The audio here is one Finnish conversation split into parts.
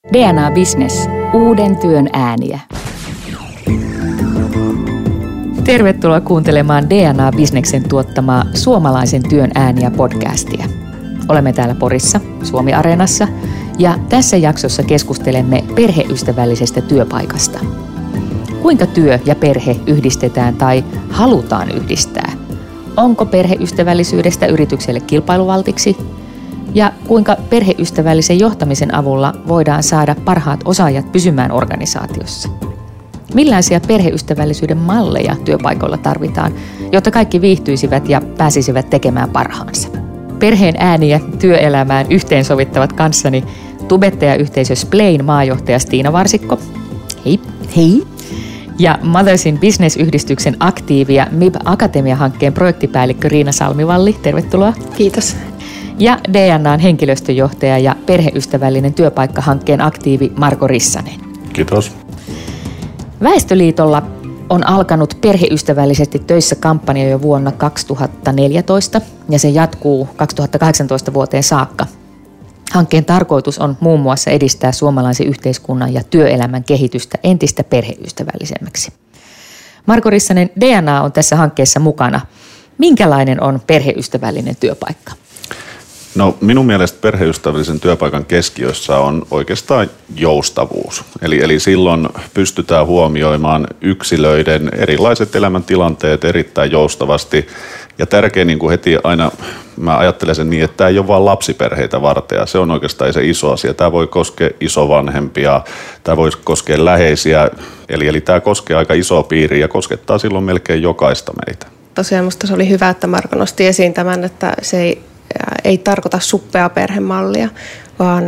DNA Business. Uuden työn ääniä. Tervetuloa kuuntelemaan DNA Businessen tuottamaa Suomalaisen työn ääniä podcastia. Olemme täällä Porissa, Suomi-areenassa, ja tässä jaksossa keskustelemme perheystävällisestä työpaikasta. Kuinka työ ja perhe yhdistetään tai halutaan yhdistää? Onko perheystävällisyydestä yritykselle kilpailuvaltiksi? Ja kuinka perheystävällisen johtamisen avulla voidaan saada parhaat osaajat pysymään organisaatiossa? Millaisia perheystävällisyyden malleja työpaikoilla tarvitaan, jotta kaikki viihtyisivät ja pääsisivät tekemään parhaansa? Perheen ääniä työelämään yhteensovittavat kanssani tubettajayhteisö Splain maajohtaja Stiina Varsikko. Hei. Hei. Ja Mothers in Business-yhdistyksen aktiivi ja MIB Akatemia-hankkeen projektipäällikkö Riina Salmivalli. Tervetuloa. Kiitos. Ja DNA:n henkilöstöjohtaja ja perheystävällinen työpaikka-hankkeen aktiivi Marko Rissanen. Kiitos. Väestöliitolla on alkanut perheystävällisesti töissä kampanja jo vuonna 2014 ja se jatkuu 2018 vuoteen saakka. Hankkeen tarkoitus on muun muassa edistää suomalaisen yhteiskunnan ja työelämän kehitystä entistä perheystävällisemmäksi. Marko Rissanen, DNA on tässä hankkeessa mukana. Minkälainen on perheystävällinen työpaikka? No, minun mielestä perheystävällisen työpaikan keskiössä on oikeastaan joustavuus. Eli silloin pystytään huomioimaan yksilöiden erilaiset elämäntilanteet erittäin joustavasti. Ja tärkein niin kuin heti aina, mä ajattelen sen niin, että tämä ei ole vain lapsiperheitä varten, ja se on oikeastaan se iso asia. Tämä voi koskea isovanhempia, tämä voi koskea läheisiä, eli tämä koskee aika isoa piiriä ja koskettaa silloin melkein jokaista meitä. Tosiaan musta se oli hyvä, että Marko nosti esiin tämän, että se ei tarkoita suppeaa perhemallia, vaan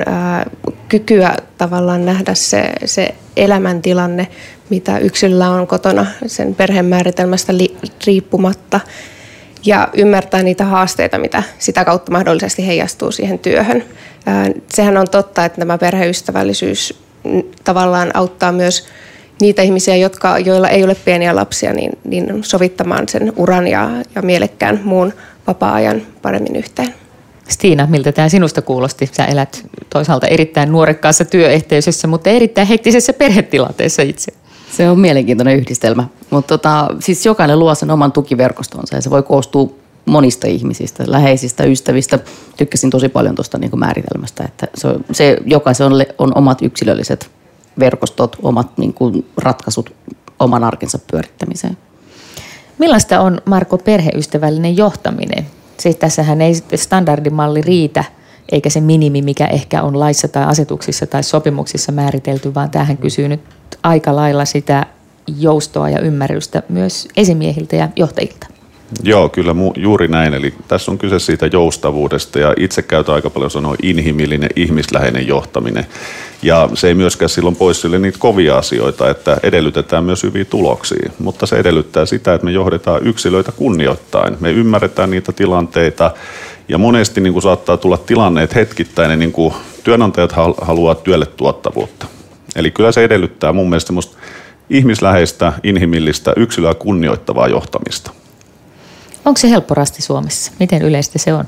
kykyä tavallaan nähdä se elämäntilanne, mitä yksilöllä on kotona sen perheen määritelmästä riippumatta, ja ymmärtää niitä haasteita, mitä sitä kautta mahdollisesti heijastuu siihen työhön. Sehän on totta, että tämä perheystävällisyys tavallaan auttaa myös niitä ihmisiä, joilla ei ole pieniä lapsia, niin sovittamaan sen uran ja mielekkään muun vapaa-ajan paremmin yhteen. Stiina, miltä tämä sinusta kuulosti? Sä elät toisaalta erittäin nuorekkaassa työyhteisössä, mutta erittäin hektisessä perhetilanteessa itse. Se on mielenkiintoinen yhdistelmä, mutta siis jokainen luo sen oman tukiverkostonsa ja se voi koostua monista ihmisistä, läheisistä, ystävistä. Tykkäsin tosi paljon tuosta niin kuin määritelmästä, että se jokaiselle on omat yksilölliset verkostot, omat niin kuin ratkaisut oman arkensa pyörittämiseen. Millaista on, Marko, perheystävällinen johtaminen? Siis tässähän ei standardimalli riitä, eikä se minimi, mikä ehkä on laissa tai asetuksissa tai sopimuksissa määritelty, vaan tämähän kysyy nyt aika lailla sitä joustoa ja ymmärrystä myös esimiehiltä ja johtajilta. Joo, kyllä juuri näin. Eli tässä on kyse siitä joustavuudesta ja itse käytän aika paljon sanoa inhimillinen, ihmisläheinen johtaminen. Ja se ei myöskään silloin pois sille niitä kovia asioita, että edellytetään myös hyviä tuloksia. Mutta se edellyttää sitä, että me johdetaan yksilöitä kunnioittain. Me ymmärretään niitä tilanteita ja monesti niin kuin saattaa tulla tilanne, että hetkittäin niin kuin työnantajat haluaa työlle tuottavuutta. Eli kyllä se edellyttää mun mielestä semmoista ihmisläheistä, inhimillistä, yksilöä kunnioittavaa johtamista. Onko se helppo rasti Suomessa? Miten yleistä se on?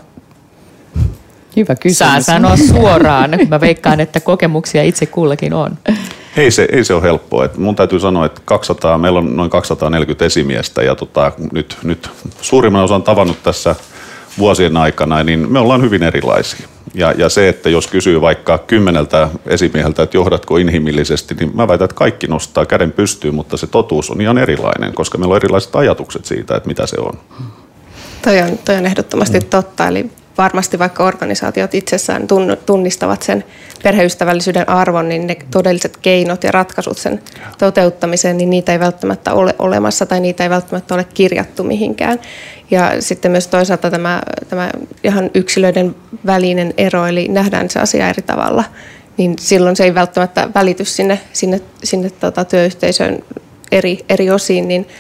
Hyvä kysymys. Saa sanoa suoraan. Mä veikkaan, että kokemuksia itse kullakin on. Ei se ole helppoa. Et mun täytyy sanoa, että meillä on noin 240 esimiestä ja nyt suurimman osan tavannut tässä vuosien aikana, niin me ollaan hyvin erilaisia. Ja se, että jos kysyy vaikka 10 esimieheltä, että johdatko inhimillisesti, niin mä väitän, että kaikki nostaa käden pystyyn, mutta se totuus on ihan erilainen, koska meillä on erilaiset ajatukset siitä, että mitä se on. Toi on ehdottomasti totta, eli varmasti vaikka organisaatiot itsessään tunnistavat sen perheystävällisyyden arvon, niin ne todelliset keinot ja ratkaisut sen toteuttamiseen, niin niitä ei välttämättä ole olemassa tai niitä ei välttämättä ole kirjattu mihinkään. Ja sitten myös toisaalta tämä ihan yksilöiden välinen ero, eli nähdään se asia eri tavalla, niin silloin se ei välttämättä välity sinne työyhteisöön eri osiin niin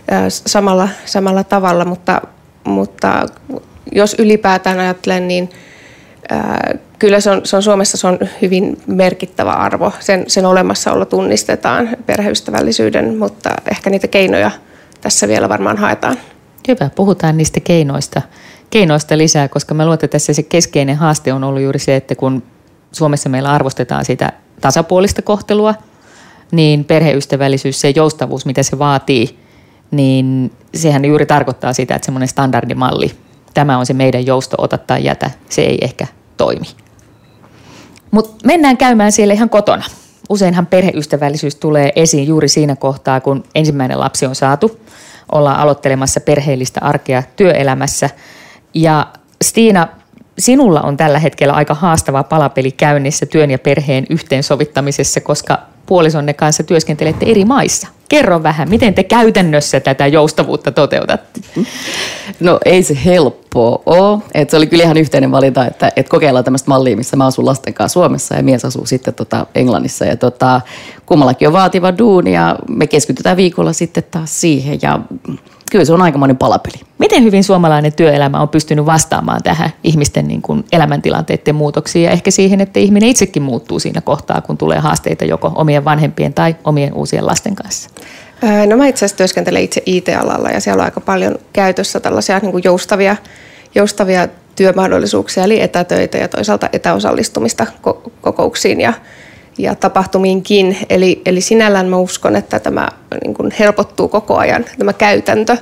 samalla tavalla, mutta jos ylipäätään ajattelen, niin kyllä se on Suomessa se on hyvin merkittävä arvo. Sen olemassaolo tunnistetaan perheystävällisyyden, mutta ehkä niitä keinoja tässä vielä varmaan haetaan. Hyvä, puhutaan niistä keinoista lisää, koska mä luulen, että tässä se keskeinen haaste on ollut juuri se, että kun Suomessa meillä arvostetaan sitä tasapuolista kohtelua, niin perheystävällisyys, se joustavuus, mitä se vaatii, niin sehän juuri tarkoittaa sitä, että semmoinen standardimalli, tämä on se meidän jousto, ota tai jätä, se ei ehkä toimi. Mutta mennään käymään siellä ihan kotona. Useinhan perheystävällisyys tulee esiin juuri siinä kohtaa, kun ensimmäinen lapsi on saatu. Ollaan aloittelemassa perheellistä arkea työelämässä. Ja Stiina, sinulla on tällä hetkellä aika haastava palapeli käynnissä työn ja perheen yhteensovittamisessa, koska puolisonne kanssa työskentelette eri maissa. Kerro vähän, miten te käytännössä tätä joustavuutta toteutatte? No ei se helppoa ole. Se oli kyllä ihan yhteinen valinta, että kokeillaan tämmöistä mallia, missä mä asun lasten kanssa Suomessa ja mies asuu sitten Englannissa. Ja kummallakin on vaativa duuni ja me keskitytään viikolla sitten taas siihen ja kyllä se on aikamoinen palapeli. Miten hyvin suomalainen työelämä on pystynyt vastaamaan tähän ihmisten niin kuin elämäntilanteiden muutoksiin ja ehkä siihen, että ihminen itsekin muuttuu siinä kohtaa, kun tulee haasteita joko omien vanhempien tai omien uusien lasten kanssa? No mä itse asiassa työskentelen itse IT-alalla ja siellä on aika paljon käytössä tällaisia niin kuin joustavia työmahdollisuuksia, eli etätöitä ja toisaalta etäosallistumista kokouksiin ja tapahtumiinkin. Eli sinällään mä uskon, että tämä niin kuin helpottuu koko ajan, tämä käytäntö.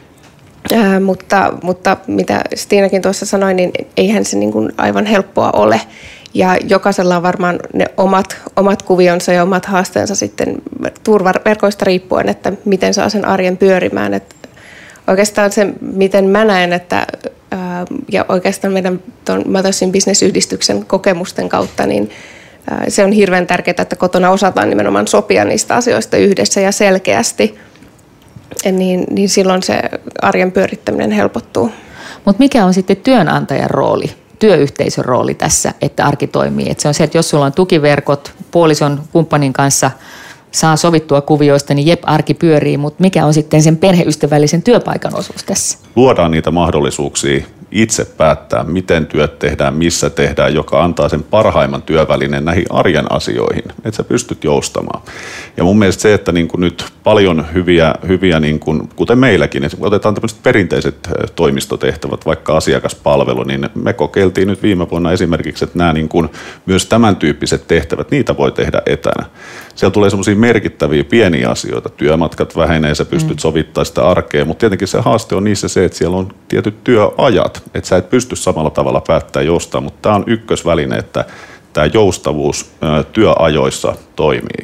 Mutta mitä Stiinakin tuossa sanoi, niin eihän se niin kuin aivan helppoa ole. Ja jokaisella on varmaan ne omat kuvionsa ja omat haasteensa sitten turvaverkoista riippuen, että miten saa sen arjen pyörimään. Että oikeastaan se, miten mä näen, että ja oikeastaan meidän Mothersin bisnesyhdistyksen kokemusten kautta, niin se on hirveän tärkeää, että kotona osataan nimenomaan sopia niistä asioista yhdessä ja selkeästi, niin silloin se arjen pyörittäminen helpottuu. Mutta mikä on sitten työnantajan rooli, työyhteisön rooli tässä, että arki toimii? Et se on se, että jos sulla on tukiverkot puolison kumppanin kanssa, saa sovittua kuvioista, niin jep, arki pyörii, mutta mikä on sitten sen perheystävällisen työpaikan osuus tässä? Luodaan niitä mahdollisuuksia itse päättää, miten työt tehdään, missä tehdään, joka antaa sen parhaimman työvälineen näihin arjen asioihin, että sä pystyt joustamaan. Ja mun mielestä se, että niin kuin nyt paljon hyviä niin kuin, kuten meilläkin, otetaan tämmöiset perinteiset toimistotehtävät, vaikka asiakaspalvelu, niin me kokeiltiin nyt viime vuonna esimerkiksi, että nämä niin kuin, myös tämän tyyppiset tehtävät, niitä voi tehdä etänä. Siellä tulee semmoisia merkittäviä pieniä asioita, työmatkat vähenee, sä pystyt sovittamaan sitä arkea, mutta tietenkin se haaste on niissä se, että siellä on tietyt työajat, että sä et pysty samalla tavalla päättämään joustaa, mutta tämä on ykkösväline, että tämä joustavuus työajoissa toimii.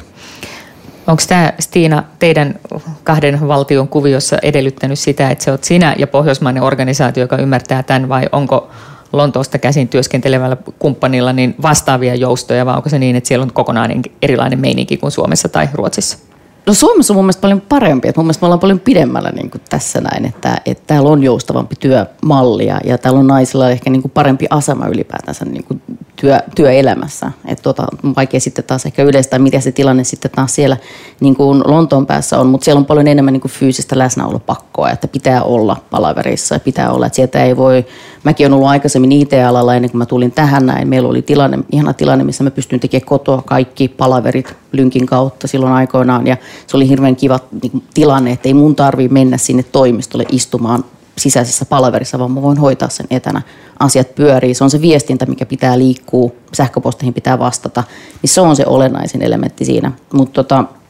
Onko tämä, Stiina, teidän kahden valtion kuviossa edellyttänyt sitä, että se olet sinä ja pohjoismainen organisaatio, joka ymmärtää tämän, vai onko Lontoosta käsin työskentelevällä kumppanilla niin vastaavia joustoja, vai onko se niin, että siellä on kokonaan erilainen meininki kuin Suomessa tai Ruotsissa? No Suomessa on mun mielestä paljon parempi, että mun mielestä me ollaan paljon pidemmällä niin kuin tässä näin, että täällä on joustavampi työmalli ja täällä on naisilla ehkä niin kuin parempi asema ylipäätänsä niin kuin työelämässä. Että on vaikea sitten taas ehkä yleistää, mitä se tilanne sitten taas siellä niin kuin Lontoon päässä on, mutta siellä on paljon enemmän niin kuin fyysistä läsnäolopakkoa, että pitää olla palaverissa ja pitää olla, että sieltä ei voi, mäkin olen ollut aikaisemmin IT-alalla ennen kuin mä tulin tähän näin, meillä oli ihana tilanne, missä mä pystyin tekemään kotoa kaikki palaverit lynkin kautta silloin aikoinaan ja se oli hirveän kiva niin tilanne, että ei mun tarvitse mennä sinne toimistolle istumaan sisäisessä palaverissa, vaan mä voin hoitaa sen etänä. Asiat pyörii. Se on se viestintä, mikä pitää liikkua, sähköposteihin pitää vastata. Niin se on se olennaisin elementti siinä. Mutta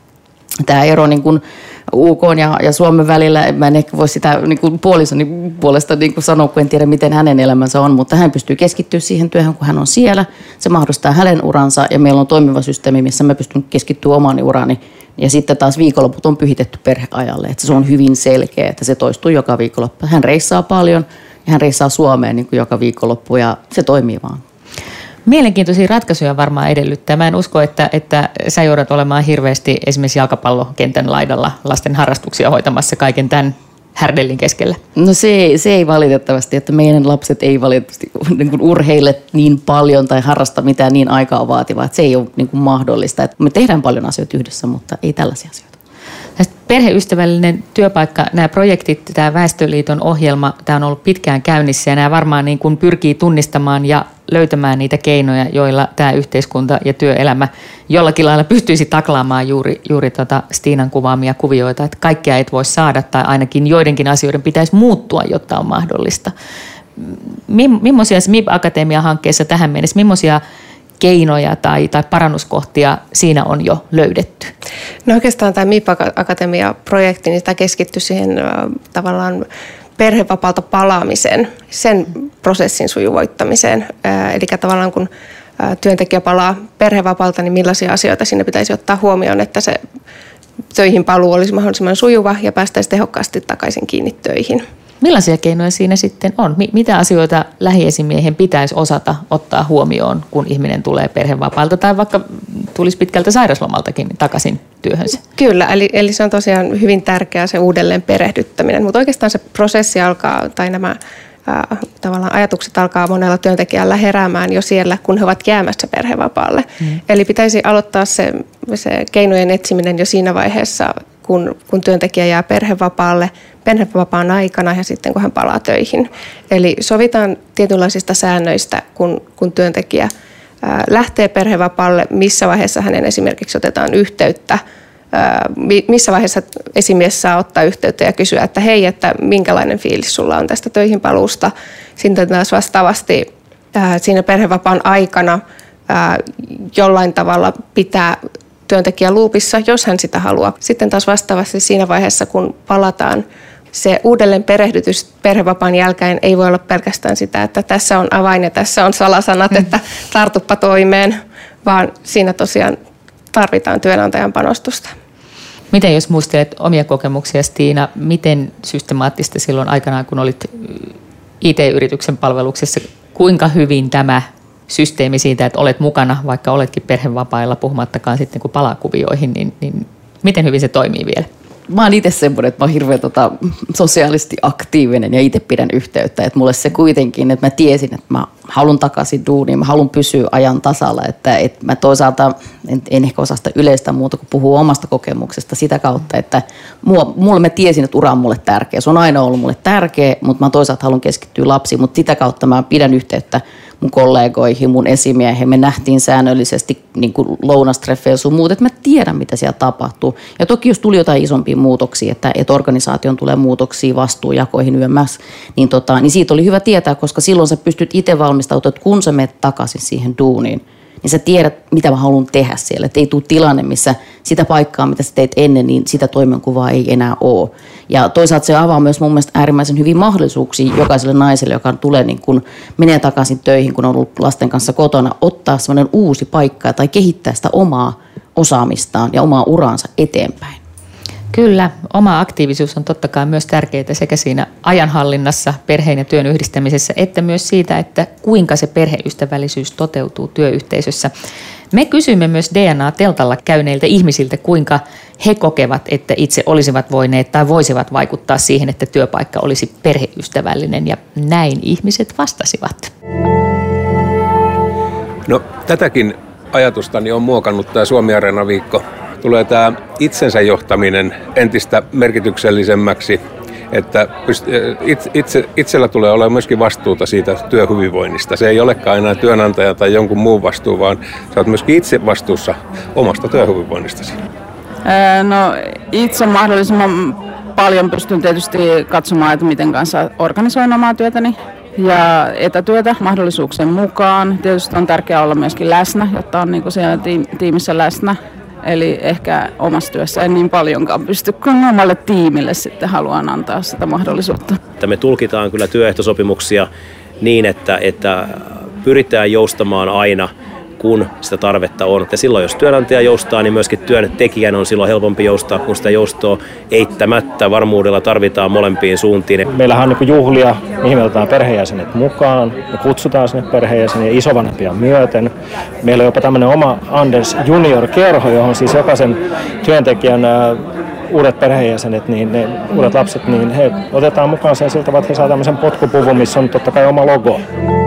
tämä ero niin kun UK ja Suomen välillä, mä en ehkä voi sitä niin puolisoni puolesta niin sanoa, kun en tiedä, miten hänen elämänsä on, mutta hän pystyy keskittyä siihen työhön, kun hän on siellä. Se mahdollistaa hänen uransa ja meillä on toimiva systeemi, missä mä pystyn keskittyä omaan urani. Ja sitten taas viikonloput on pyhitetty perheajalle, että se on hyvin selkeä, että se toistuu joka viikonloppu. Hän reissaa paljon ja hän reissaa Suomeen niin kuin joka viikonloppu ja se toimii vaan. Mielenkiintoisia ratkaisuja varmaan edellyttää. Mä en usko, että sä joudut olemaan hirveästi esimerkiksi jalkapallokentän laidalla lasten harrastuksia hoitamassa kaiken tämän härdellin keskellä. No se ei valitettavasti, että meidän lapset ei valitettavasti niin kuin urheile niin paljon tai harrasta mitään niin aikaa vaativaa, että se ei ole niin kuin mahdollista. Että me tehdään paljon asioita yhdessä, mutta ei tällaisia asioita. Perheystävällinen työpaikka, nämä projektit, tämä Väestöliiton ohjelma, tämä on ollut pitkään käynnissä ja nämä varmaan niin kuin pyrkii tunnistamaan ja löytämään niitä keinoja, joilla tämä yhteiskunta ja työelämä jollakin lailla pystyisi taklaamaan juuri Stiinan kuvaamia kuvioita, että kaikkea et voi saada tai ainakin joidenkin asioiden pitäisi muuttua, jotta on mahdollista. Millaisia MIB-akatemian hankkeessa tähän mennessä, millaisia keinoja tai parannuskohtia siinä on jo löydetty? No oikeastaan tämä MIP Akatemia-projekti, niin sitä keskittyi siihen tavallaan perhevapaalta palaamiseen, sen prosessin sujuvoittamiseen. Eli tavallaan kun työntekijä palaa perhevapaalta, niin millaisia asioita siinä pitäisi ottaa huomioon, että se töihin paluu olisi mahdollisimman sujuva ja päästäisiin tehokkaasti takaisin kiinni töihin. Millaisia keinoja siinä sitten on? Mitä asioita lähiesimiehen pitäisi osata ottaa huomioon, kun ihminen tulee perhevapaalta tai vaikka tulisi pitkältä sairauslomaltakin takaisin työhönsä? Kyllä, eli se on tosiaan hyvin tärkeää se uudelleen perehdyttäminen, mutta oikeastaan se prosessi alkaa, tai nämä tavallaan ajatukset alkaa monella työntekijällä heräämään jo siellä, kun he ovat jäämässä perhevapaalle. Eli pitäisi aloittaa se keinojen etsiminen jo siinä vaiheessa, kun työntekijä jää perhevapaan aikana ja sitten kun hän palaa töihin. Eli sovitaan tietynlaisista säännöistä, kun työntekijä lähtee perhevapaalle, missä vaiheessa hänen esimerkiksi otetaan yhteyttä, missä vaiheessa esimies saa ottaa yhteyttä ja kysyä, että hei, että minkälainen fiilis sulla on tästä töihin paluusta. Sitten taas vastaavasti siinä perhevapaan aikana jollain tavalla pitää työntekijä luupissa, jos hän sitä haluaa. Sitten taas vastaavasti siinä vaiheessa, kun palataan, se uudelleen perehdytys perhevapaan jälkeen ei voi olla pelkästään sitä, että tässä on avain ja tässä on salasanat, että tartuppa toimeen, vaan siinä tosiaan tarvitaan työnantajan panostusta. Miten jos muistelet omia kokemuksia, Stiina, miten systemaattista silloin aikanaan, kun olit IT-yrityksen palveluksessa, kuinka hyvin tämä systeemi siitä, että olet mukana, vaikka oletkin perhevapailla, puhumattakaan sitten kun palaa kuvioihin, niin miten hyvin se toimii vielä? Mä oon itse semmoinen, että mä oon hirveän sosiaalisesti aktiivinen ja itse pidän yhteyttä. Että mulle se kuitenkin, että mä tiesin, että mä haluan takaisin duuniin, mä haluan pysyä ajan tasalla. Että mä toisaalta en ehkä osaa sitä yleistä muuta kuin puhua omasta kokemuksesta sitä kautta, että mulle mä tiesin, että ura on mulle tärkeä. Se on aina ollut mulle tärkeä, mutta mä toisaalta haluan keskittyä lapsiin. Mutta sitä kautta mä pidän yhteyttä mun kollegoihin, mun esimiehen. Me nähtiin säännöllisesti niin kuin lounastreffejä sun muut, että mä tiedän, mitä siellä tapahtuu. Ja toki jos tuli jotain isompia muutoksia, että organisaation tulee muutoksia vastuujakoihin yömmässä, niin siitä oli hyvä tietää, koska silloin sä pystyt itse valmistautumaan, että kun sä menet takaisin siihen duuniin, niin sä tiedät, mitä mä haluan tehdä siellä. Että ei tule tilanne, missä sitä paikkaa, mitä sä teit ennen, niin sitä toimenkuvaa ei enää ole. Ja toisaalta se avaa myös mun mielestä äärimmäisen hyviä mahdollisuuksia jokaiselle naiselle, joka tulee niin kun menee takaisin töihin, kun on ollut lasten kanssa kotona, ottaa semmoinen uusi paikka tai kehittää sitä omaa osaamistaan ja omaa uraansa eteenpäin. Kyllä, oma aktiivisuus on totta kai myös tärkeää sekä siinä ajanhallinnassa, perheen ja työn yhdistämisessä, että myös siitä, että kuinka se perheystävällisyys toteutuu työyhteisössä. Me kysymme myös DNA-teltalla käyneiltä ihmisiltä, kuinka he kokevat, että itse olisivat voineet tai voisivat vaikuttaa siihen, että työpaikka olisi perheystävällinen, ja näin ihmiset vastasivat. No, tätäkin ajatustani on muokannut tämä Suomi-Areena-viikko. Tulee tämä itsensä johtaminen entistä merkityksellisemmäksi, että itsellä tulee olla myöskin vastuuta siitä työhyvinvoinnista. Se ei olekaan enää työnantaja tai jonkun muun vastuu, vaan sä oot myöskin itse vastuussa omasta työhyvinvoinnistasi. No itse mahdollisimman paljon pystyn tietysti katsomaan, että miten kanssa organisoin omaa työtäni ja etätyötä mahdollisuuksien mukaan. Tietysti on tärkeää olla myöskin läsnä, jotta on niin siellä tiimissä läsnä. Eli ehkä omassa työssä en niin paljonkaan pysty, kun omalle tiimille sitten haluan antaa sitä mahdollisuutta. Me tulkitaan kyllä työehtosopimuksia niin, että pyritään joustamaan aina, kun sitä tarvetta on. Ja silloin, jos työnantaja joustaa, niin myöskin työntekijän on silloin helpompi joustaa, kun sitä joustoa eittämättä varmuudella tarvitaan molempiin suuntiin. Meillähän on niin juhlia, mihin me otetaan perheenjäsenet mukaan. Me kutsutaan sinne perheenjäseniä isovanhempia myöten. Meillä on jopa tämmöinen oma Anders Junior-kerho, johon siis jokaisen työntekijän uudet perheenjäsenet, niin ne uudet lapset, niin he otetaan mukaan sen siltä, että he saa tämmöisen potkupuvun, missä on totta kai oma logo.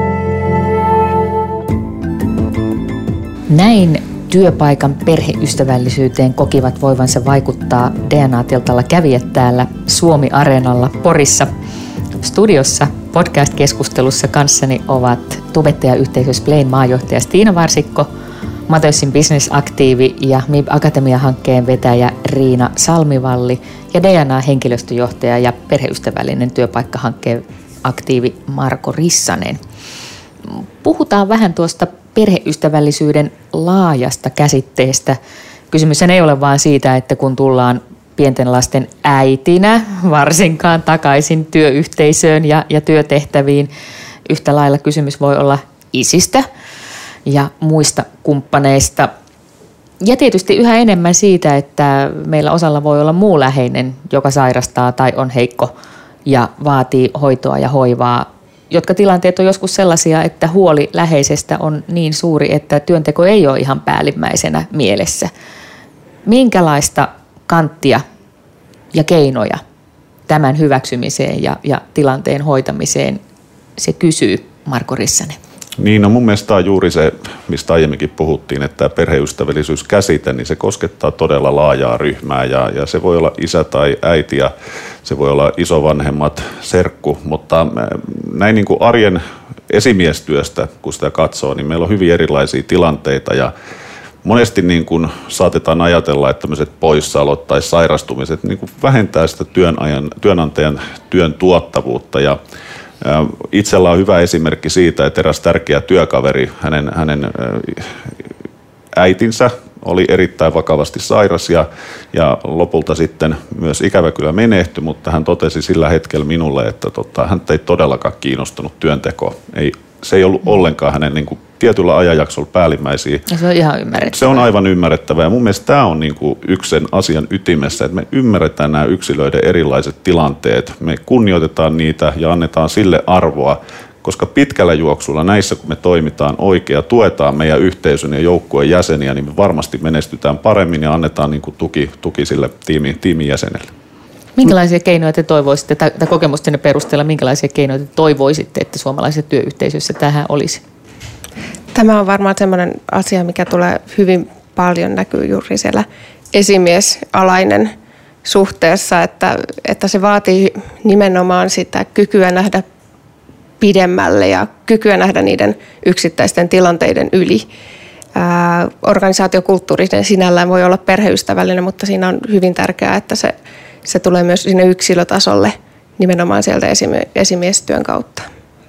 Näin työpaikan perheystävällisyyteen kokivat voivansa vaikuttaa DNA-teltalla kävijät täällä Suomi-areenalla Porissa. Studiossa podcast-keskustelussa kanssani ovat tubettajayhteisö Splain maajohtaja Stiina Varsikko, Mateusin business-aktiivi ja MIP Akatemia-hankkeen vetäjä Riina Salmivalli ja DNA-henkilöstöjohtaja ja perheystävällinen työpaikkahankkeen aktiivi Marko Rissanen. Puhutaan vähän tuosta perheystävällisyyden laajasta käsitteestä. Kysymys ei ole vain siitä, että kun tullaan pienten lasten äitinä varsinkaan takaisin työyhteisöön ja työtehtäviin. Yhtä lailla kysymys voi olla isistä ja muista kumppaneista. Ja tietysti yhä enemmän siitä, että meillä osalla voi olla muu läheinen, joka sairastaa tai on heikko ja vaatii hoitoa ja hoivaa, jotka tilanteet on joskus sellaisia, että huoli läheisestä on niin suuri, että työnteko ei ole ihan päällimmäisenä mielessä. Minkälaista kanttia ja keinoja tämän hyväksymiseen ja tilanteen hoitamiseen se kysyy, Marko Rissanen? Niin, no mun mielestä on juuri se, mistä aiemminkin puhuttiin, että perheystävällisyyskäsite, niin se koskettaa todella laajaa ryhmää ja se voi olla isä tai äiti ja se voi olla isovanhemmat, serkku, mutta näin niin kuin arjen esimiestyöstä, kun sitä katsoo, niin meillä on hyvin erilaisia tilanteita ja monesti niin kuin saatetaan ajatella, että tämmöiset poissaolot tai sairastumiset niin kuin vähentää sitä työnantajan työn tuottavuutta ja itsellä on hyvä esimerkki siitä, että eräs tärkeä työkaveri, hänen äitinsä oli erittäin vakavasti sairas ja lopulta sitten myös ikävä kyllä menehtyi, mutta hän totesi sillä hetkellä minulle, että hän ei todellakaan kiinnostunut työntekoon. Se ei ollut ollenkaan hänen niin kuin tietyllä ajanjaksolla päällimmäisiä. Ja se on ihan ymmärrettävää. Se on aivan ymmärrettävää ja mun mielestä tämä on niin kuin yksi sen asian ytimessä, että me ymmärretään nämä yksilöiden erilaiset tilanteet. Me kunnioitetaan niitä ja annetaan sille arvoa, koska pitkällä juoksulla näissä, kun me toimitaan oikein ja tuetaan meidän yhteisön ja joukkueen jäseniä, niin me varmasti menestytään paremmin ja annetaan niin kuin tuki sille tiimin jäsenelle. Minkälaisia keinoja te toivoisitte, tai kokemustenne perusteella, minkälaisia keinoja te toivoisitte, että suomalaisessa työyhteisössä tähän olisi? Tämä on varmaan sellainen asia, mikä tulee hyvin paljon näkyy juuri siellä esimiesalainen suhteessa, että se vaatii nimenomaan sitä kykyä nähdä pidemmälle ja kykyä nähdä niiden yksittäisten tilanteiden yli. Organisaatiokulttuuri sinällään voi olla perheystävällinen, mutta siinä on hyvin tärkeää, että se tulee myös sinne yksilötasolle nimenomaan sieltä esimiestyön kautta.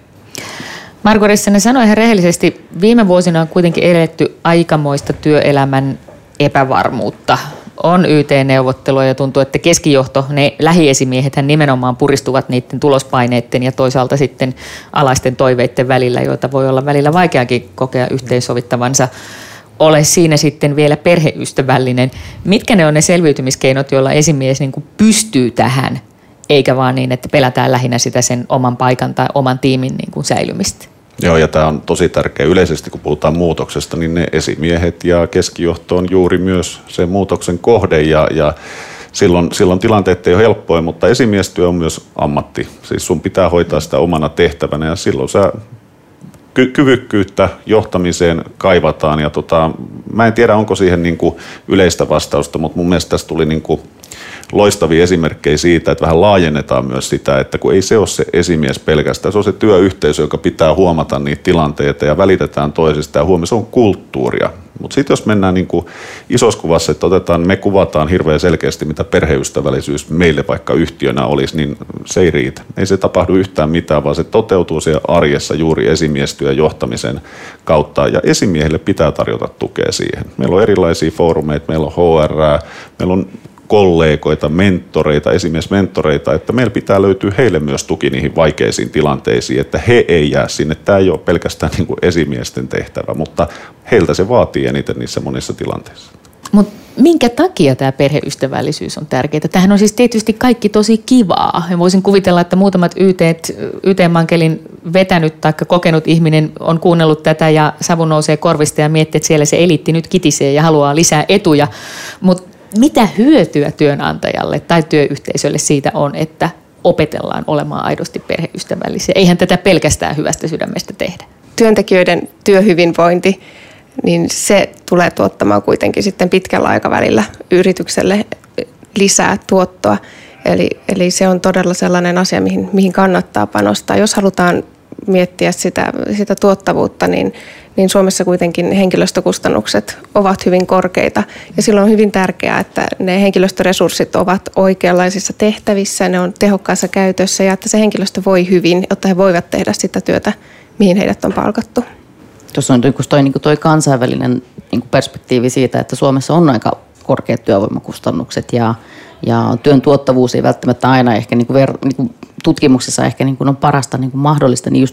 Marko Rissanen sanoi ihan rehellisesti, viime vuosina on kuitenkin eletty aikamoista työelämän epävarmuutta. On YT-neuvottelua ja tuntuu, että keskijohto, ne lähiesimiehethän nimenomaan puristuvat niiden tulospaineiden ja toisaalta sitten alaisten toiveiden välillä, joita voi olla välillä vaikeakin kokea yhteensovittavansa. Ole siinä sitten vielä perheystävällinen. Mitkä ne on ne selviytymiskeinot, joilla esimies niin kuin pystyy tähän, eikä vaan niin, että pelätään lähinnä sitä sen oman paikan tai oman tiimin niin kuin säilymistä? Joo, ja tämä on tosi tärkeä. Yleisesti, kun puhutaan muutoksesta, niin ne esimiehet ja keskijohto on juuri myös se muutoksen kohde, ja silloin tilanteet ei ole helppoja, mutta esimiestyö on myös ammatti. Siis sun pitää hoitaa sitä omana tehtävänä, ja silloin sä kyvykkyyttä johtamiseen kaivataan, ja mä en tiedä, onko siihen niin kuin yleistä vastausta, mutta mun mielestä tässä tuli niin kuin loistavia esimerkkejä siitä, että vähän laajennetaan myös sitä, että kun ei se ole se esimies pelkästään, se on se työyhteisö, joka pitää huomata niitä tilanteita ja välitetään toisista ja se on kulttuuria. Mutta sitten jos mennään niin kuin isossa kuvassa, että me kuvataan hirveän selkeästi, mitä perheystävällisyys meille vaikka yhtiönä olisi, niin se ei riitä. Ei se tapahdu yhtään mitään, vaan se toteutuu siellä arjessa juuri esimiestyön johtamisen kautta. Ja esimiehille pitää tarjota tukea siihen. Meillä on erilaisia foorumeita, meillä on HR, meillä on kollegoita, mentoreita, esimiesmentoreita, että meillä pitää löytyä heille myös tuki niihin vaikeisiin tilanteisiin, että he ei jää sinne. Tämä ei ole pelkästään niin kuin esimiesten tehtävä, mutta heiltä se vaatii eniten niissä monissa tilanteissa. Mutta minkä takia tämä perheystävällisyys on tärkeää? Tämähän on siis tietysti kaikki tosi kivaa. Ja voisin kuvitella, että muutamat YT-mankelin vetänyt tai kokenut ihminen on kuunnellut tätä ja savu nousee korvista ja miettii, että siellä se eliitti nyt kitisee ja haluaa lisää etuja. Mutta mitä hyötyä työnantajalle tai työyhteisölle siitä on, että opetellaan olemaan aidosti perheystävällisiä? Eihän tätä pelkästään hyvästä sydämestä tehdä. Työntekijöiden työhyvinvointi, niin se tulee tuottamaan kuitenkin sitten pitkällä aikavälillä yritykselle lisää tuottoa. Eli se on todella sellainen asia, mihin kannattaa panostaa. Jos halutaan miettiä sitä tuottavuutta, niin Suomessa kuitenkin henkilöstökustannukset ovat hyvin korkeita. Ja silloin on hyvin tärkeää, että ne henkilöstöresurssit ovat oikeanlaisissa tehtävissä, ne on tehokkaassa käytössä ja että se henkilöstö voi hyvin, jotta he voivat tehdä sitä työtä, mihin heidät on palkattu. tuossa on toi kansainvälinen niin kuin perspektiivi siitä, että Suomessa on aika korkeat työvoimakustannukset ja työn tuottavuus ei välttämättä aina ehkä niin kuin tutkimuksessa ehkä niin kuin on parasta niin kuin mahdollista, niin just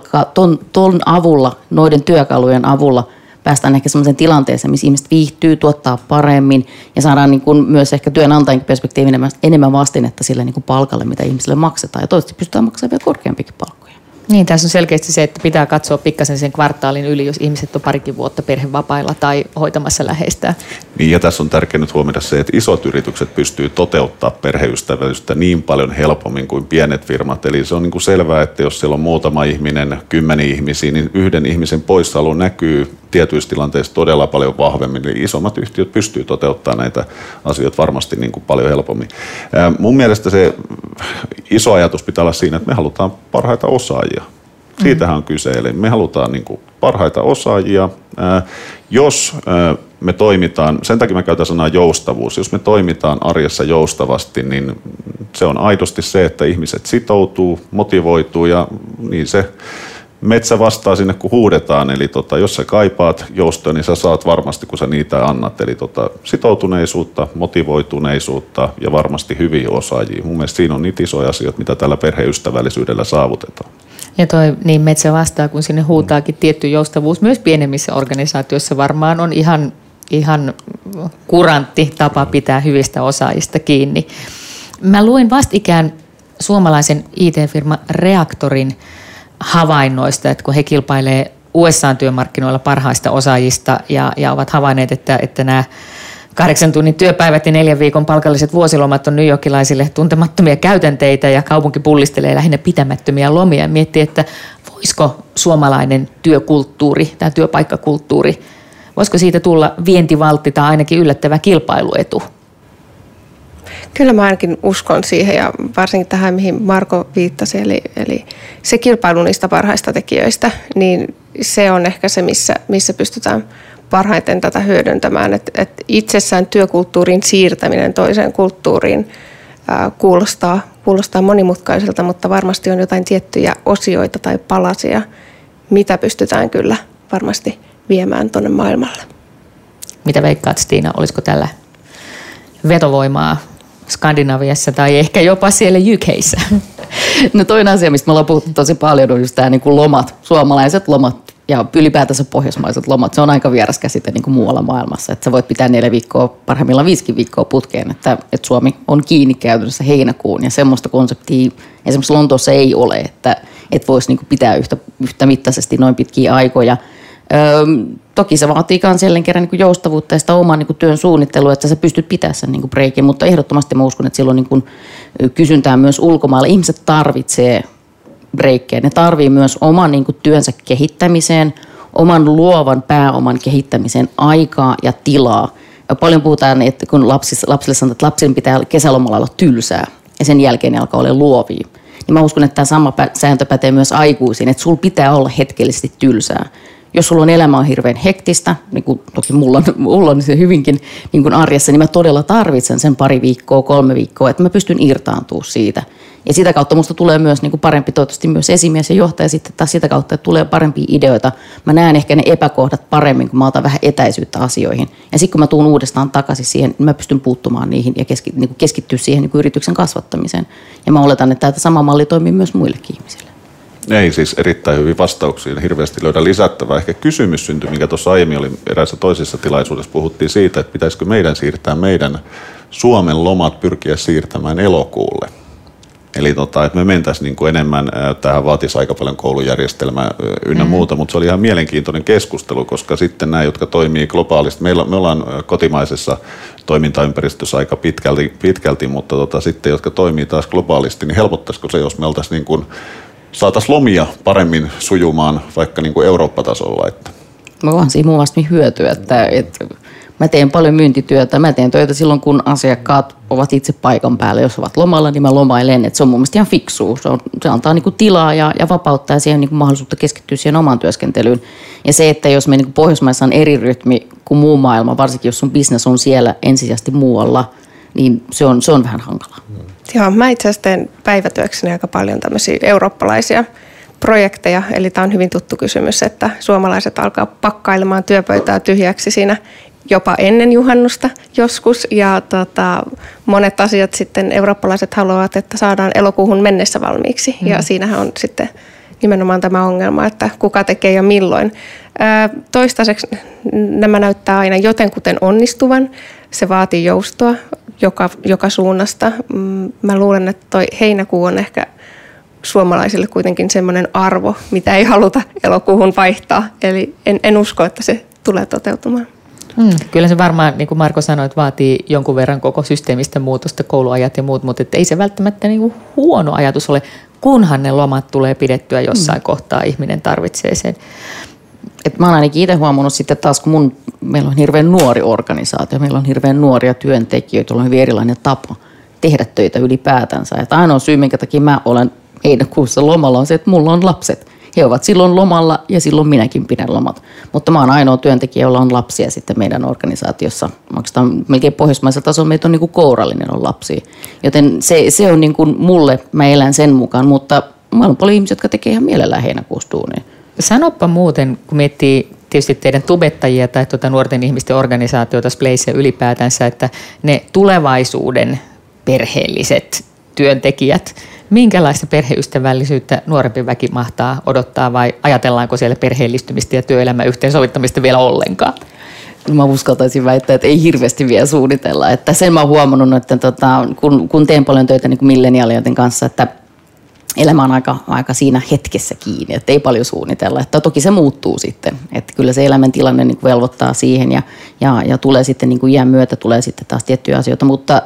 ton avulla, noiden työkalujen avulla päästään ehkä sellaiseen tilanteeseen, missä ihmiset viihtyy, tuottaa paremmin ja saadaan niin kuin myös ehkä työnantajien perspektiivin enemmän vastinetta sille niin kuin palkalle, mitä ihmisille maksetaan. Ja toivottavasti pystytään maksamaan vielä korkeampikin palkkoja. Niin, tässä on selkeästi se, että pitää katsoa pikkasen sen kvartaalin yli, jos ihmiset on parikin vuotta perhevapailla tai hoitamassa läheistään. Niin, ja tässä on tärkeää nyt huomioida se, että isot yritykset pystyy toteuttaa perheystävällisyyttä niin paljon helpommin kuin pienet firmat. Eli se on niin kuin selvää, että jos siellä on muutama ihminen, 10 ihmisiä, niin yhden ihmisen poissaolo näkyy tietyissä tilanteissa todella paljon vahvemmin. Eli isommat yhtiöt pystyy toteuttamaan näitä asioita varmasti niin kuin paljon helpommin. Mun mielestä se iso ajatus pitää olla siinä, että me halutaan parhaita osaajia. Siitähän on kyse. Eli me halutaan niin kuin parhaita osaajia. Jos me toimitaan, sen takia mä käytän sanaa joustavuus, jos me toimitaan arjessa joustavasti, niin se on aidosti se, että ihmiset sitoutuu, motivoituu ja niin se metsä vastaa sinne, kun huudetaan. Eli jos sä kaipaat joustoa, niin sä saat varmasti, kun sä niitä annat. Eli sitoutuneisuutta, motivoituneisuutta ja varmasti hyviä osaajia. Mun mielestä siinä on niitä isoja asioita, mitä tällä perheystävällisyydellä saavutetaan. Ja toi niin metsä vastaa, kun sinne huutaakin tietty joustavuus myös pienemmissä organisaatioissa varmaan on ihan kurantti tapa pitää hyvistä osaajista kiinni. Mä luin vastikään suomalaisen IT-firma Reaktorin havainnoista, että kun he kilpailee USA-työmarkkinoilla parhaista osaajista ja ovat havainneet, että nämä 8 tunnin työpäivät ja 4 viikon palkalliset vuosilomat on newyorkilaisille tuntemattomia käytänteitä ja kaupunki pullistelee lähinnä pitämättömiä lomia ja miettii, että voisiko suomalainen työkulttuuri, tämä työpaikkakulttuuri, voisiko siitä tulla vientivaltti tai ainakin yllättävä kilpailuetu? Kyllä mä ainakin uskon siihen ja varsinkin tähän, mihin Marko viittasi, eli se kilpailu niistä parhaista tekijöistä, niin se on ehkä se, missä pystytään parhaiten tätä hyödyntämään. Et itsessään työkulttuurin siirtäminen toiseen kulttuuriin kuulostaa monimutkaiselta, mutta varmasti on jotain tiettyjä osioita tai palasia, mitä pystytään kyllä varmasti viemään tuonne maailmalle. Mitä veikkaat, Stiina, olisiko tällä vetovoimaa Skandinaviassa tai ehkä jopa siellä UK:ssa? No toinen asia, mistä me ollaan puhuttu tosi paljon, on just tämä niin kuin lomat, suomalaiset lomat ja ylipäätänsä pohjoismaiset lomat. Se on aika vieras käsite niin kuin muualla maailmassa. Että sä voit pitää 4 viikkoa, parhaimmillaan 5 viikkoa putkeen, että Suomi on kiinni käytännössä heinäkuun. Ja semmoista konseptia esimerkiksi Lontoossa ei ole, että et voisi niin kuin pitää yhtä mittaisesti noin pitkiä aikoja. Toki se vaatii myös jälleen kerran niin kuin joustavuutta ja sitä omaa niin kuin työn suunnittelua, että sä pystyt pitämään sen niin kuin breikin, mutta ehdottomasti mä uskon, että silloin niin kuin kysyntää myös ulkomailla. Ihmiset tarvitsee breikkejä. Ne tarvitsee myös oman niin kuin työnsä kehittämiseen, oman luovan pääoman kehittämiseen aikaa ja tilaa. Ja paljon puhutaan, että kun lapsille sanotaan, että lapsille pitää kesälomalla olla tylsää ja sen jälkeen ne alkaa olla luovia. Niin mä uskon, että tämä sama sääntö pätee myös aikuisiin, että sulla pitää olla hetkellisesti tylsää. Jos sulla on elämä on hirveän hektistä, niin kuin toki mulla on se hyvinkin niin kuin arjessa, niin mä todella tarvitsen sen 2 viikkoa, 3 viikkoa, että mä pystyn irtaantumaan siitä. Ja sitä kautta musta tulee myös niin kuin parempi, toivottavasti myös esimies ja johtaja sitten taas sitä kautta, että tulee parempia ideoita. Mä näen ehkä ne epäkohdat paremmin, kun mä otan vähän etäisyyttä asioihin. Ja sitten kun mä tuun uudestaan takaisin siihen, niin mä pystyn puuttumaan niihin ja keskittyä siihen niin kuin yrityksen kasvattamiseen. Ja mä oletan, että tämä sama malli toimii myös muillekin ihmisille. Ei siis erittäin hyviä vastauksia, hirveästi löydä lisättävää. Ehkä kysymys syntyi, mikä tuossa aiemmin oli eräässä toisessa tilaisuudessa, puhuttiin siitä, että pitäisikö meidän siirtää meidän Suomen lomat pyrkiä siirtämään elokuulle. Eli että me mentäisiin niin kuin enemmän, tähän vaatisi aika paljon koulujärjestelmää ynnä muuta, mutta se oli ihan mielenkiintoinen keskustelu, koska sitten nämä, jotka toimii globaalisti, me ollaan kotimaisessa toimintaympäristössä aika pitkälti mutta sitten, jotka toimii taas globaalisti, niin helpottaisiko se, jos me oltaisiin niin kuin saataisiin lomia paremmin sujumaan vaikka niin kuin Eurooppa-tasolla? Onhan siinä muun muassa hyötyä, että mä teen paljon myyntityötä. Mä teen töitä silloin, kun asiakkaat ovat itse paikan päällä. Jos ovat lomalla, niin mä lomailen. Että se on mun mielestä ihan fiksua. Se antaa niin kuin tilaa ja vapauttaa siihen niin kuin mahdollisuutta keskittyä siihen omaan työskentelyyn. Ja se, että jos me niin kuin Pohjoismaissa on eri rytmi kuin muu maailma, varsinkin jos sun business on siellä ensisijaisesti muualla, niin se on vähän hankalaa. Joo, mä itse asiassa teen päivätyökseni aika paljon tämmöisiä eurooppalaisia projekteja, eli tämä on hyvin tuttu kysymys, että suomalaiset alkaa pakkailemaan työpöytää tyhjäksi siinä jopa ennen juhannusta joskus, ja monet asiat sitten eurooppalaiset haluavat, että saadaan elokuuhun mennessä valmiiksi, ja siinähän on sitten nimenomaan tämä ongelma, että kuka tekee ja milloin. Toistaiseksi nämä näyttää aina jotenkuten onnistuvan, se vaatii joustoa joka suunnasta. Mä luulen, että toi heinäkuu on ehkä suomalaisille kuitenkin semmoinen arvo, mitä ei haluta elokuuhun vaihtaa, eli en usko, että se tulee toteutumaan. Kyllä se varmaan, niin kuin Marko sanoi, että vaatii jonkun verran koko systeemistä muutosta, kouluajat ja muut, mutta ei se välttämättä niin kuin huono ajatus ole, kunhan ne lomat tulee pidettyä jossain kohtaa, ihminen tarvitsee sen. Et mä oon ainakin itse huomannut sitten taas, kun meillä on hirveän nuori organisaatio, meillä on hirveän nuoria työntekijöitä, joilla on hyvin erilainen tapa tehdä töitä ylipäätänsä. Et ainoa syy, minkä takia mä olen heinäkuussa lomalla, on se, että mulla on lapset. He ovat silloin lomalla ja silloin minäkin pidän lomat. Mutta mä oon ainoa työntekijä, jolla on lapsia sitten meidän organisaatiossa. Maksetaan melkein pohjoismaisella tasolla, meitä on niin kuin kourallinen on lapsia. Joten se on niin kuin mulle, mä elän sen mukaan, mutta mä on paljon ihmisiä, jotka tekee ihan mielellään heinäkuussa duunia. Sanoppa muuten, kun miettii tietysti teidän tubettajia tai nuorten ihmisten organisaatiota, Spleissia ylipäätänsä, että ne tulevaisuuden perheelliset työntekijät, minkälaista perheystävällisyyttä nuorempi väki mahtaa odottaa vai ajatellaanko siellä perheellistymistä ja työelämän yhteensovittamista vielä ollenkaan? Mä uskaltaisin väittää, että ei hirveästi vielä suunnitella. Että sen mä oon huomannut, että kun teen paljon töitä niin kuin milleniaalien kanssa, että elämä on aika siinä hetkessä kiinni, että ei paljon suunnitella. Että toki se muuttuu sitten, että kyllä se elämäntilanne niin kuin velvoittaa siihen ja tulee sitten niin kuin iän myötä tulee sitten taas tiettyjä asioita, mutta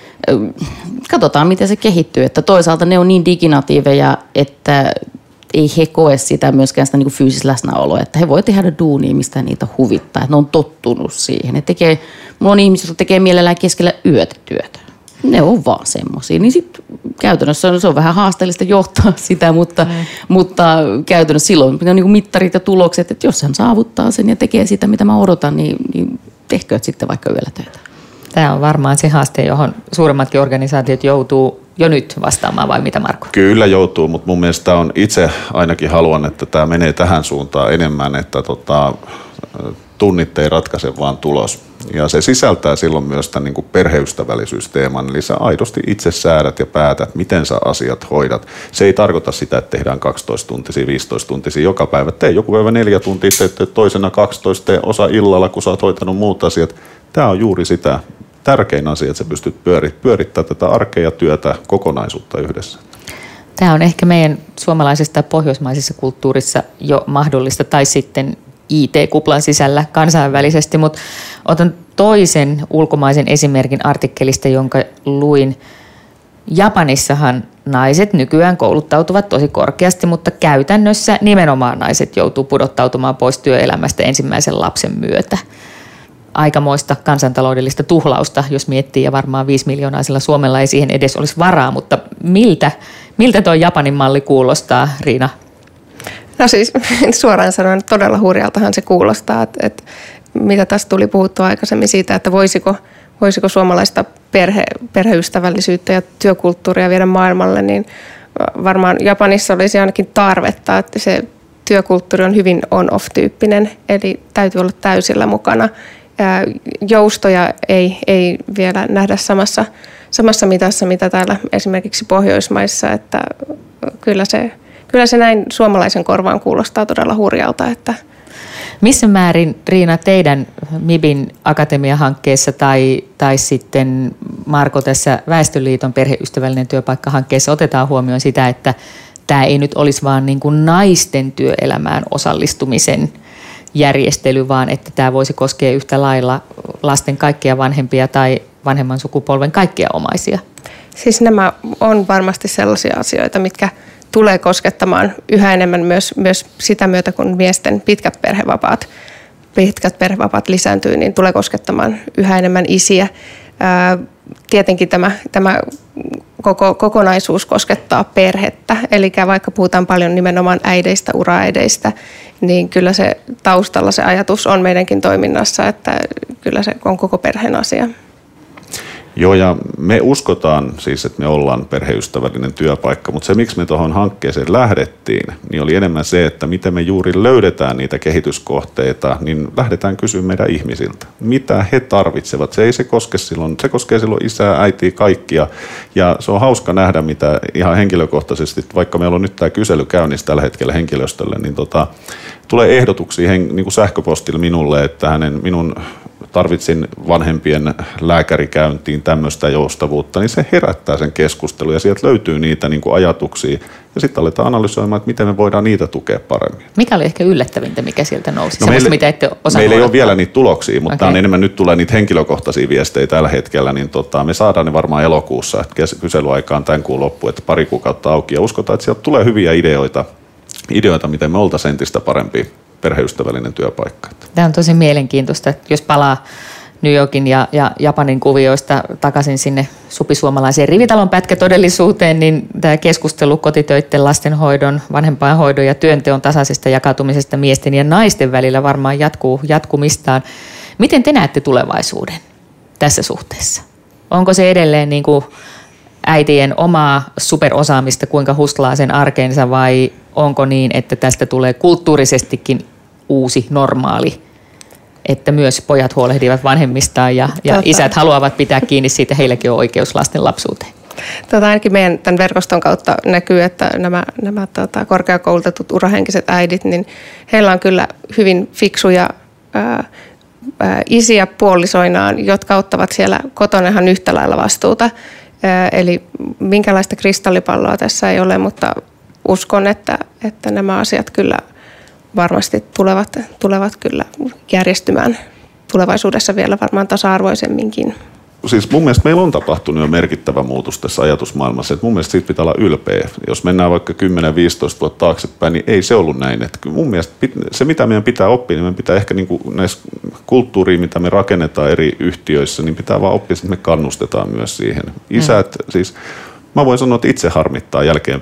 katsotaan, miten se kehittyy. Että toisaalta ne on niin diginatiiveja, että ei he koe sitä myöskään sitä niin kuin fyysistä läsnäoloa, että he voi tehdä duunia, mistä niitä huvittaa. Että ne on tottunut siihen. Mulla on ihmisiä, jotka tekee mielellään keskellä yötä työtä. Ne on vaan semmoisia. Niin sitten käytännössä se on vähän haasteellista johtaa sitä, mutta käytännössä silloin on niin kuin mittarit ja tulokset, että jos hän saavuttaa sen ja tekee sitä, mitä mä odotan, niin tehkööt sitten vaikka yöllä töitä. Tämä on varmaan se haaste, johon suuremmatkin organisaatiot joutuu jo nyt vastaamaan, vai mitä Marko? Kyllä joutuu, mutta mun mielestä on itse ainakin haluan, että tämä menee tähän suuntaan enemmän, että tunnit ei ratkaise vaan tulos. Ja se sisältää silloin myös tämän niin kuin perheystävällisyysteeman, eli sä aidosti itse säädät ja päätät, miten sä asiat hoidat. Se ei tarkoita sitä, että tehdään 12-tuntisia, 15-tuntisia joka päivä. Tee joku päivä 4 tuntia, tee toisena 12, tee osa illalla, kun sä oot hoitanut muut asiat. Tämä on juuri sitä tärkein asia, että sä pystyt pyörittämään tätä arkea ja työtä kokonaisuutta yhdessä. Tämä on ehkä meidän suomalaisessa tai pohjoismaisessa kulttuurissa jo mahdollista, tai sitten IT-kuplan sisällä kansainvälisesti, mutta otan toisen ulkomaisen esimerkin artikkelista, jonka luin. Japanissahan naiset nykyään kouluttautuvat tosi korkeasti, mutta käytännössä nimenomaan naiset joutuu pudottautumaan pois työelämästä ensimmäisen lapsen myötä. Aikamoista kansantaloudellista tuhlausta, jos miettii, ja varmaan 5 miljoonaisella Suomella ei siihen edes olisi varaa, mutta miltä tuo Japanin malli kuulostaa, Riina? No siis suoraan sanoen todella hurjaltahan se kuulostaa, että mitä tässä tuli puhuttua aikaisemmin siitä, että voisiko suomalaista perheystävällisyyttä ja työkulttuuria viedä maailmalle, niin varmaan Japanissa olisi ainakin tarvetta, että se työkulttuuri on hyvin on-off-tyyppinen, eli täytyy olla täysillä mukana. Joustoja ei vielä nähdä samassa mitassa, mitä täällä esimerkiksi Pohjoismaissa, että kyllä se näin suomalaisen korvaan kuulostaa todella hurjalta. Että missä määrin, Riina, teidän MIBin akatemiahankkeessa tai sitten Marko tässä Väestöliiton perheystävällinen työpaikka-hankkeessa otetaan huomioon sitä, että tämä ei nyt olisi vaan niin kuin naisten työelämään osallistumisen järjestely, vaan että tämä voisi koskea yhtä lailla lasten kaikkia vanhempia tai vanhemman sukupolven kaikkia omaisia? Siis nämä on varmasti sellaisia asioita, mitkä tulee koskettamaan yhä enemmän myös sitä myötä, kun miesten pitkät perhevapaat lisääntyy, niin tulee koskettamaan yhä enemmän isiä. Tietenkin tämä kokonaisuus koskettaa perhettä, eli vaikka puhutaan paljon nimenomaan äideistä, uraäideistä, niin kyllä se taustalla se ajatus on meidänkin toiminnassa, että kyllä se on koko perheen asia. Joo, ja me uskotaan siis, että me ollaan perheystävällinen työpaikka, mutta se, miksi me tuohon hankkeeseen lähdettiin, niin oli enemmän se, että miten me juuri löydetään niitä kehityskohteita, niin lähdetään kysyä meidän ihmisiltä, mitä he tarvitsevat. Se koskee silloin isää, äitiä, kaikkia, ja se on hauska nähdä, mitä ihan henkilökohtaisesti, vaikka meillä on nyt tämä kysely käynnissä tällä hetkellä henkilöstölle, niin tulee ehdotuksia niin kuin sähköpostilla minulle, että minun tarvitsin vanhempien lääkärikäyntiin tämmöistä joustavuutta, niin se herättää sen keskustelun ja sieltä löytyy niitä niin kuin ajatuksia ja sitten aletaan analysoimaan, että miten me voidaan niitä tukea paremmin. Mikä oli ehkä yllättävintä, mikä sieltä nousi? No mitä ette osaa meillä ei ole vielä niitä tuloksia, mutta on enemmän nyt tulee niitä henkilökohtaisia viestejä tällä hetkellä, niin me saadaan ne varmaan elokuussa, että kyselyaikaan tämän kuun loppu, että 2 kuukautta auki ja uskotaan, että sieltä tulee hyviä ideoita, miten me oltaisiin entistä parempi perheystävällinen työpaikka. Tämä on tosi mielenkiintoista, että jos palaa New Yorkin ja Japanin kuvioista takaisin sinne supisuomalaiseen rivitalon pätkätodellisuuteen, niin tämä keskustelu kotitöiden, lastenhoidon, vanhempainhoidon ja työnteon tasaisesta jakautumisesta miesten ja naisten välillä varmaan jatkuu jatkumistaan. Miten te näette tulevaisuuden tässä suhteessa? Onko se edelleen niin kuin äitien omaa superosaamista, kuinka hustlaa sen arkeensa, vai onko niin, että tästä tulee kulttuurisestikin uusi normaali, että myös pojat huolehtivat vanhemmistaan ja isät haluavat pitää kiinni siitä, heilläkin on oikeus lasten lapsuuteen? Ainakin meidän tämän verkoston kautta näkyy, että nämä korkeakoulutetut urahenkiset äidit, niin heillä on kyllä hyvin fiksuja isiä puolisoinaan, jotka ottavat siellä kotona ihan yhtä lailla vastuuta. Eli minkälaista kristallipalloa tässä ei ole, mutta uskon, että nämä asiat kyllä varmasti tulevat kyllä järjestymään tulevaisuudessa vielä varmaan tasa-arvoisemminkin. Siis mun mielestä meillä on tapahtunut jo merkittävä muutos tässä ajatusmaailmassa, että mun mielestä siitä pitää olla ylpeä. Jos mennään vaikka 10-15 vuotta taaksepäin, niin ei se ollut näin. Että mun mielestä se, mitä meidän pitää oppia, niin meidän pitää ehkä niin kuin näissä kulttuuriin, mitä me rakennetaan eri yhtiöissä, niin pitää vaan oppia, että me kannustetaan myös siihen. Isät, siis mä voin sanoa, että itse harmittaa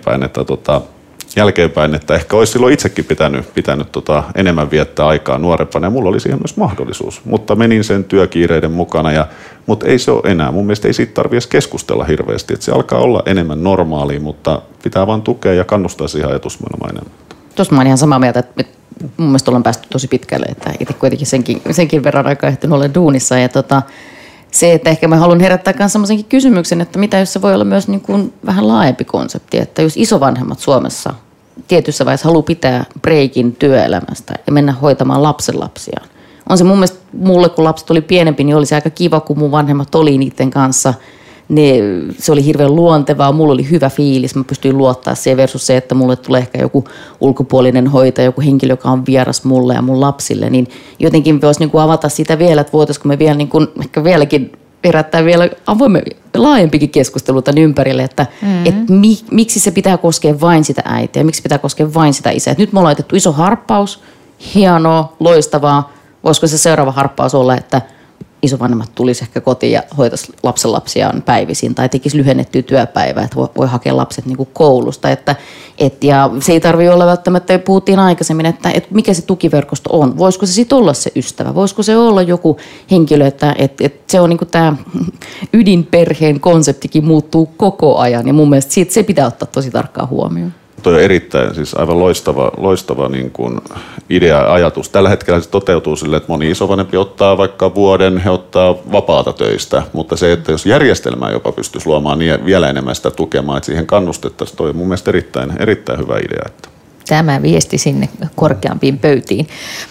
jälkeenpäin, että ehkä olisi silloin itsekin pitänyt enemmän viettää aikaa nuorempana ja mulla oli siihen myös mahdollisuus. Mutta menin sen työkiireiden mukana, mutta ei se ole enää. Mun mielestä ei siitä tarvitse keskustella hirveästi, että se alkaa olla enemmän normaalia, mutta pitää vaan tukea ja kannustaa siihen ajatusmaailmaan enemmän. Tuossa mä olen ihan samaa mieltä, että mun mielestä ollaan päästy tosi pitkälle, että itse kuitenkin senkin verran aikaa ehtinyt olla duunissa ja se, että ehkä mä haluan herättää myös semmoisenkin kysymyksen, että mitä jos se voi olla myös niin kuin vähän laajempi konsepti, että jos isovanhemmat Suomessa tietyssä vaiheessa haluaa pitää breikin työelämästä ja mennä hoitamaan lapsenlapsiaan. On se mun mielestä mulle, kun lapset oli pienempi, niin oli se aika kiva, kun mun vanhemmat oli niiden kanssa. Se oli hirveän luontevaa, mulla oli hyvä fiilis, mä pystyin luottaa siihen versus se, että mulle tulee ehkä joku ulkopuolinen hoitaja, joku henkilö, joka on vieras mulle ja mun lapsille, niin jotenkin voisi niin kuin avata sitä vielä, että voitaisiinko me vielä niin kuin, ehkä vieläkin herättää vielä laajempikin keskustelu tämän ympärille, että miksi se pitää koskea vain sitä äitiä, miksi pitää koskea vain sitä isää. Nyt me ollaan laitettu iso harppaus, hienoa, loistavaa. Voisiko se seuraava harppaus olla, että isovanhemmat tulisi ehkä kotiin ja hoitaisi lapsenlapsiaan päivisin tai tekisi lyhennettyä työpäivää, että voi hakea lapset niin kuin koulusta. Ja se ei tarvitse olla välttämättä, puhuttiin aikaisemmin, että mikä se tukiverkosto on. Voisiko se sitten olla se ystävä? Voisiko se olla joku henkilö, että se on niin kuin tämä ydinperheen konseptikin muuttuu koko ajan ja mun mielestä se pitää ottaa tosi tarkkaan huomioon. Tuo on erittäin, siis aivan loistava niin kuin idea ja ajatus. Tällä hetkellä se toteutuu sille, että moni isovanhempi ottaa vaikka vuoden, he ottaa vapaata töistä, mutta se, että jos järjestelmää jopa pystyisi luomaan niin vielä enemmän sitä tukemaan, että siihen kannustettaisiin, toi on mun mielestä erittäin hyvä idea. Tämä viesti sinne korkeampiin pöytiin.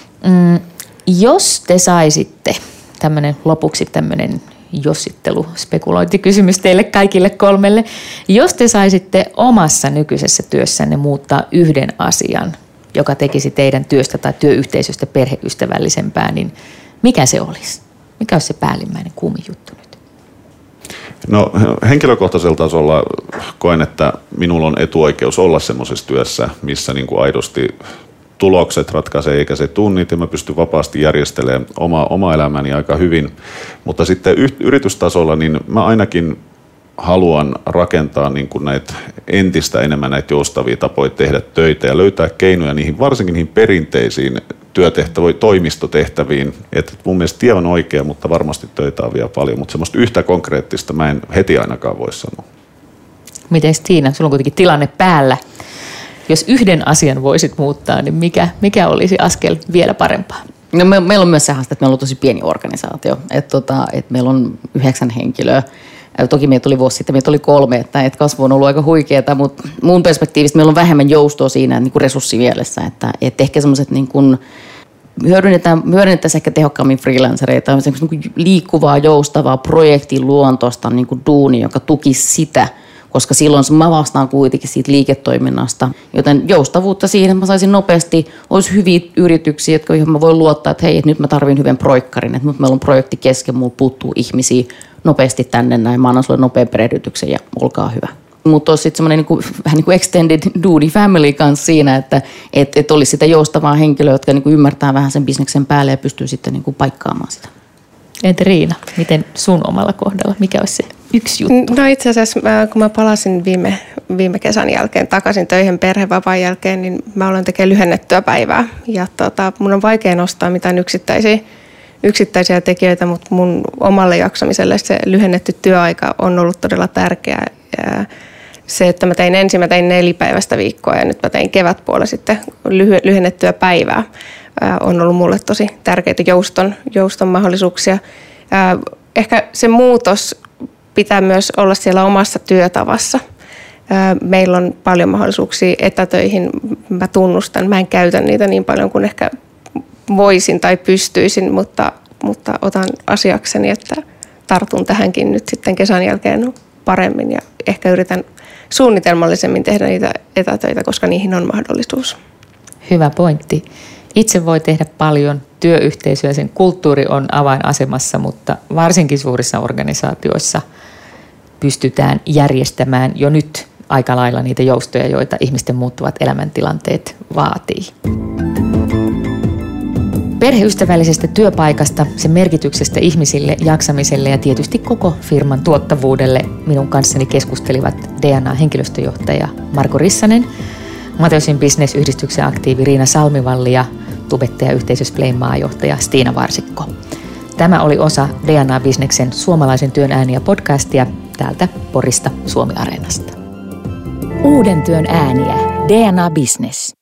Jos te saisitte lopuksi tämmöinen jossittelu, spekulointikysymys teille kaikille 3. Jos te saisitte omassa nykyisessä työssänne muuttaa yhden asian, joka tekisi teidän työstä tai työyhteisöstä perheystävällisempää, niin mikä se olisi? Mikä olisi se päällimmäinen kuumijuttu nyt? No henkilökohtaisella tasolla koen, että minulla on etuoikeus olla semmoisessa työssä, missä niin kuin aidosti tulokset ratkaisee eikä se tunnit ja mä pystyn vapaasti järjestelemään oma elämäni aika hyvin. Mutta sitten yritystasolla niin mä ainakin haluan rakentaa niin kuin entistä enemmän näitä joustavia tapoja tehdä töitä ja löytää keinoja niihin, varsinkin niihin perinteisiin toimistotehtäviin. Et mun mielestä tie on oikea, mutta varmasti töitä on vielä paljon, mutta semmoista yhtä konkreettista mä en heti ainakaan voi sanoa. Miten Tiina, sulla on kuitenkin tilanne päällä. Jos yhden asian voisit muuttaa, niin mikä olisi askel vielä parempaa? No meillä on myös se haaste, että meillä on tosi pieni organisaatio. Että meillä on 9 henkilöä. Toki meitä oli vuosi sitten, meitä oli 3, että kasvu on ollut aika huikeaa, mutta mun perspektiivistä meillä on vähemmän joustoa siinä niin kuin resurssimielessä. Että ehkä semmoiset niin kuin hyödynnettäisiin ehkä tehokkaammin freelancereita, niin kuin liikkuvaa, joustavaa, projektiluontoista niin kuin duunia, joka tukisi sitä, koska silloin mä vastaan kuitenkin siitä liiketoiminnasta. Joten joustavuutta siihen, että mä saisin nopeasti, olisi hyviä yrityksiä, joihin mä voin luottaa, että hei, nyt mä tarvin hyvän projekkarin, että nyt meillä on projekti kesken, mulla puuttuu ihmisiä nopeasti tänne näin, mä annan sulle nopean perehdytyksen ja olkaa hyvä. Mutta olisi sitten semmoinen vähän niin kuin extended duty family kanssa siinä, että olisi sitä joustavaa henkilöä, jotka niin kuin ymmärtää vähän sen bisneksen päälle ja pystyy sitten niin kuin paikkaamaan sitä. Entä Riina, miten sun omalla kohdalla, mikä olisi se yksi juttu? No itse asiassa, kun mä palasin viime kesän jälkeen takaisin töihin perhevapaan jälkeen, niin mä olen tekemään lyhennettyä päivää. Ja mun on vaikea nostaa mitään yksittäisiä tekijöitä, mutta mun omalle jaksamiselle se lyhennetty työaika on ollut todella tärkeää. Ja se, että mä tein 4-päiväistä viikkoa ja nyt mä tein kevätpuolella sitten lyhennettyä päivää, on ollut mulle tosi tärkeitä jouston mahdollisuuksia. Ehkä se muutos pitää myös olla siellä omassa työtavassa. Meillä on paljon mahdollisuuksia etätöihin. Mä tunnustan, mä en käytä niitä niin paljon kuin ehkä voisin tai pystyisin, mutta otan asiakseni, että tartun tähänkin nyt sitten kesän jälkeen paremmin ja ehkä yritän suunnitelmallisemmin tehdä niitä etätöitä, koska niihin on mahdollisuus. Hyvä pointti. Itse voi tehdä paljon, työyhteisö ja sen kulttuuri on avainasemassa, mutta varsinkin suurissa organisaatioissa pystytään järjestämään jo nyt aika lailla niitä joustoja, joita ihmisten muuttuvat elämäntilanteet vaatii. Perheystävällisestä työpaikasta, sen merkityksestä ihmisille, jaksamiselle ja tietysti koko firman tuottavuudelle minun kanssani keskustelivat DNA-henkilöstöjohtaja Marko Rissanen, Mateusin Business-yhdistyksen aktiivi Riina Salmivalli ja tubettajayhteisö Splain maajohtaja Stiina Varsikko. Tämä oli osa DNA Businessen suomalaisen työn ääniä podcastia täältä Porista Suomi Areenasta. Uuden työn ääniä. DNA Business.